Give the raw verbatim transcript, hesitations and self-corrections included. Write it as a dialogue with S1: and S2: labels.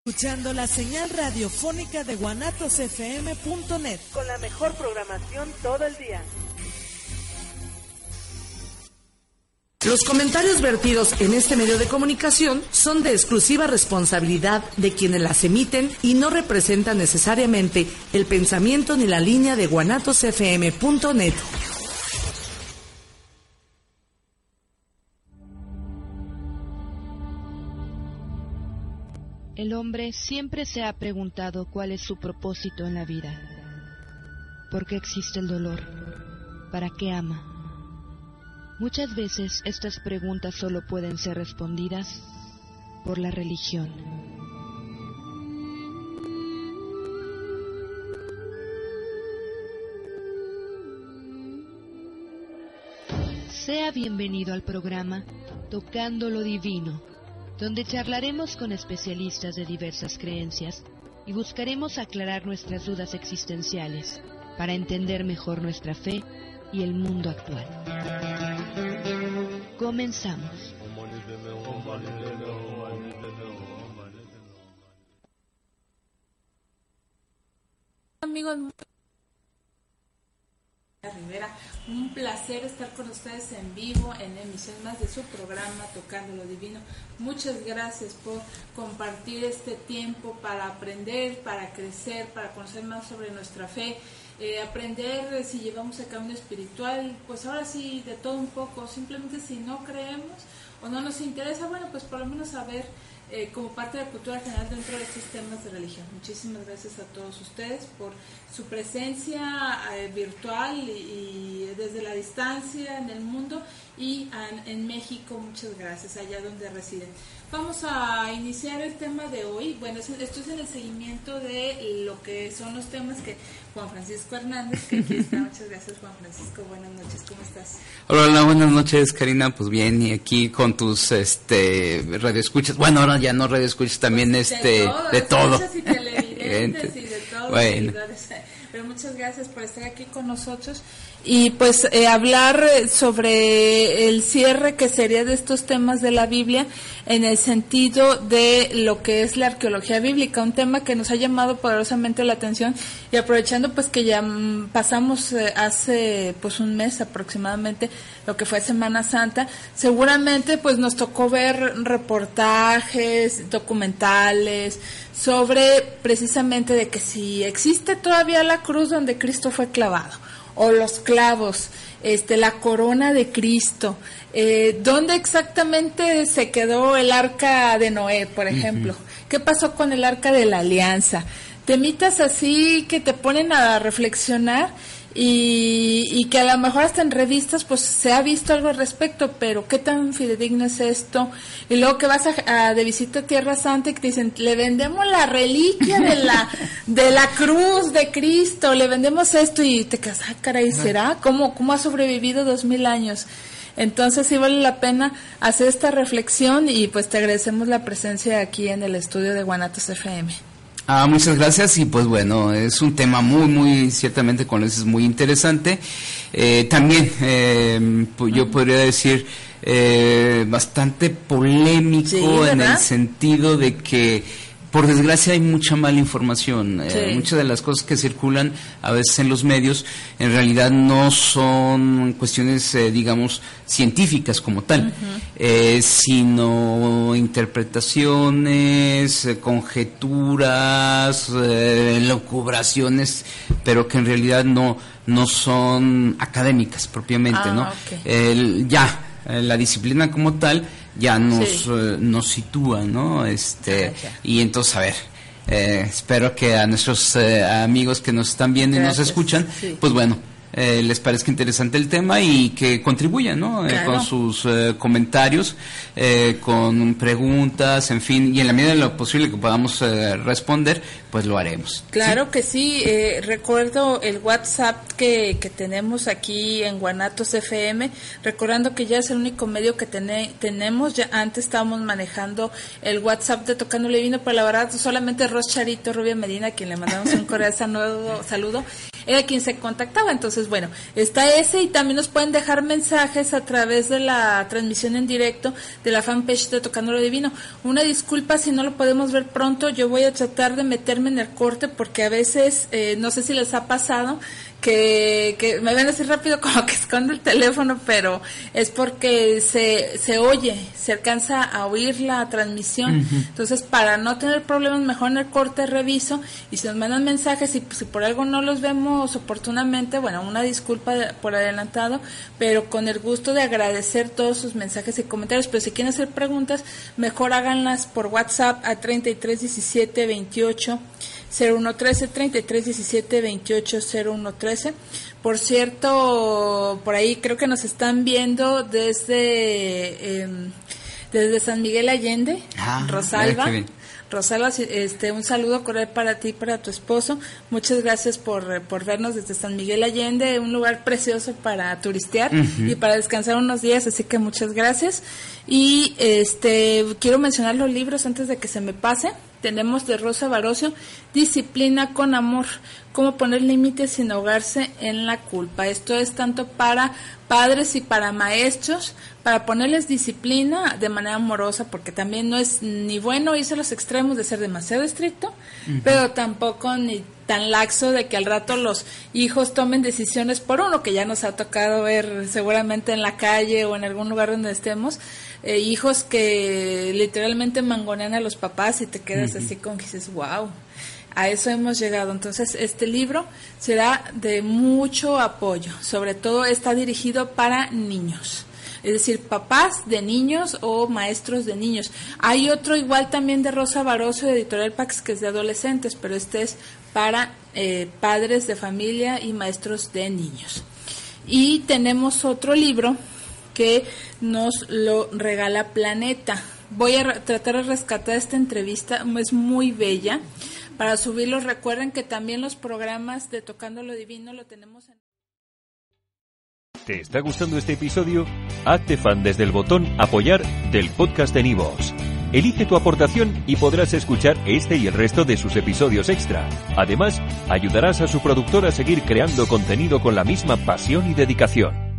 S1: Escuchando la señal radiofónica de guanatos f m punto net
S2: con la mejor programación todo el día.
S1: Los comentarios vertidos en este medio de comunicación son de exclusiva responsabilidad de quienes las emiten y no representan necesariamente el pensamiento ni la línea de guanatos f m punto net.
S3: El hombre siempre se ha preguntado cuál es su propósito en la vida. ¿Por qué existe el dolor? ¿Para qué ama? Muchas veces estas preguntas solo pueden ser respondidas por la religión. Sea bienvenido al programa Tocando lo Divino, donde charlaremos con especialistas de diversas creencias y buscaremos aclarar nuestras dudas existenciales para entender mejor nuestra fe y el mundo actual. Comenzamos.
S4: Amigos, Rivera, un placer estar con ustedes en vivo en emisión más de su programa Tocando lo Divino. Muchas gracias por compartir este tiempo para aprender, para crecer, para conocer más sobre nuestra fe, eh, aprender si llevamos el camino espiritual, pues ahora sí de todo un poco, simplemente si no creemos o no nos interesa, bueno, pues por lo menos saber Eh, como parte de la cultura general dentro de estos temas de religión. Muchísimas gracias a todos ustedes por su presencia eh, virtual y, y desde la distancia en el mundo y en, en México, muchas gracias, allá donde residen. Vamos a iniciar el tema de hoy. Bueno, esto es en el seguimiento de lo que son los temas que Juan Francisco Hernández, que aquí está. Muchas gracias, Juan Francisco. Buenas noches, ¿cómo estás?
S5: Hola, hola, buenas noches, Karina. Pues bien, y aquí con tus este radioescuchas. Bueno, ahora ya no radioescuchas, también pues este de todo. De todo.
S4: Y televidentes y de todo.
S5: Bueno.
S4: Pero muchas gracias por estar aquí con nosotros y pues eh, hablar sobre el cierre que sería de estos temas de la Biblia en el sentido de lo que es la arqueología bíblica, un tema que nos ha llamado poderosamente la atención y aprovechando pues que ya pasamos eh, hace pues un mes aproximadamente lo que fue Semana Santa, seguramente pues nos tocó ver reportajes, documentales sobre precisamente de que si existe todavía la cruz donde Cristo fue clavado, o los clavos, este, la corona de Cristo, eh, ¿dónde exactamente se quedó el arca de Noé, por ejemplo? Uh-huh. ¿Qué pasó con el arca de la alianza? Temitas así que te ponen a reflexionar y, y que a lo mejor hasta en revistas pues se ha visto algo al respecto, pero qué tan fidedigno es esto. Y luego que vas a, a de visita a Tierra Santa y que te dicen, le vendemos la reliquia de la de la cruz de Cristo, le vendemos esto, y te quedas, ah, caray, ¿será? ¿Cómo, cómo ha sobrevivido dos mil años? Entonces sí vale la pena hacer esta reflexión y pues te agradecemos la presencia aquí en el estudio de Guanatos F M.
S5: Ah, muchas gracias, y pues bueno, es un tema muy, muy, ciertamente con eso es muy interesante. Eh, también, eh, pues yo podría decir, eh, bastante polémico, sí, en el sentido de que, por desgracia, hay mucha mala información. Sí. Eh, muchas de las cosas que circulan a veces en los medios, en realidad no son cuestiones, eh, digamos, científicas como tal, uh-huh. eh, sino interpretaciones, eh, conjeturas, eh, lucubraciones, pero que en realidad no, no son académicas propiamente, ah, ¿no? Okay. El, ya, la disciplina como tal ya nos sí. eh, nos sitúa, ¿no? Este ah, y entonces, a ver, eh, espero que a nuestros eh, amigos que nos están viendo Gracias. y nos escuchan, sí. pues bueno, eh, les parezca interesante el tema y que contribuyan, ¿no? Claro. Eh, con sus eh, comentarios, eh, con preguntas, en fin, y en la medida de lo posible que podamos eh, responder, pues lo haremos.
S4: Claro ¿sí? que sí. Eh, recuerdo el WhatsApp que, que tenemos aquí en Guanatos F M, recordando que ya es el único medio que tene, tenemos. Ya antes estábamos manejando el WhatsApp de Tocándole Vino, pero la verdad solamente Ros Charito Rubia Medina, a quien le mandamos un cordial saludo, saludo era quien se contactaba. Entonces, bueno, está ese, y también nos pueden dejar mensajes a través de la transmisión en directo de la fanpage de Tocando lo Divino. Una disculpa si no lo podemos ver pronto, yo voy a tratar de meterme en el corte, porque a veces, eh, no sé si les ha pasado, que, que me ven así rápido como que escondo el teléfono, pero es porque se, se oye, se alcanza a oír la transmisión. Uh-huh. Entonces, para no tener problemas, mejor en el corte reviso, y si nos mandan mensajes y si por algo no los vemos oportunamente, bueno, una disculpa por adelantado, pero con el gusto de agradecer todos sus mensajes y comentarios. Pero si quieren hacer preguntas, mejor háganlas por WhatsApp a treinta y tres diecisiete veintiocho cero uno trece, treinta y tres diecisiete veintiocho cero uno trece. Por cierto, por ahí creo que nos están viendo desde eh, desde San Miguel Allende, ah, Rosalba. Rosalba, este, un saludo cordial para ti y para tu esposo. Muchas gracias por, por vernos desde San Miguel Allende, un lugar precioso para turistear uh-huh. y para descansar unos días, así que muchas gracias. Y este quiero mencionar los libros antes de que se me pase. Tenemos de Rosa Barocio, Disciplina con Amor, cómo poner límites sin ahogarse en la culpa. Esto es tanto para padres y para maestros, para ponerles disciplina de manera amorosa, porque también no es ni bueno irse a los extremos de ser demasiado estricto, uh-huh. pero tampoco ni tan laxo de que al rato los hijos tomen decisiones por uno, que ya nos ha tocado ver seguramente en la calle o en algún lugar donde estemos, eh, hijos que literalmente mangonean a los papás y te quedas uh-huh. así como que dices, wow, a eso hemos llegado. Entonces, este libro será de mucho apoyo, sobre todo está dirigido para niños, es decir, papás de niños o maestros de niños. Hay otro igual también de Rosa Barocio, de Editorial Pax, que es de adolescentes, pero este es para eh, padres de familia y maestros de niños. Y tenemos otro libro que nos lo regala Planeta. Voy a re- tratar de rescatar esta entrevista, es muy bella. Para subirlos, recuerden que también los programas de Tocando lo Divino lo tenemos en...
S6: ¿Te está gustando este episodio? Hazte fan desde el botón Apoyar del podcast de Nivos. Elige tu aportación y podrás escuchar este y el resto de sus episodios extra. Además, ayudarás a su productor a seguir creando contenido con la misma pasión y dedicación.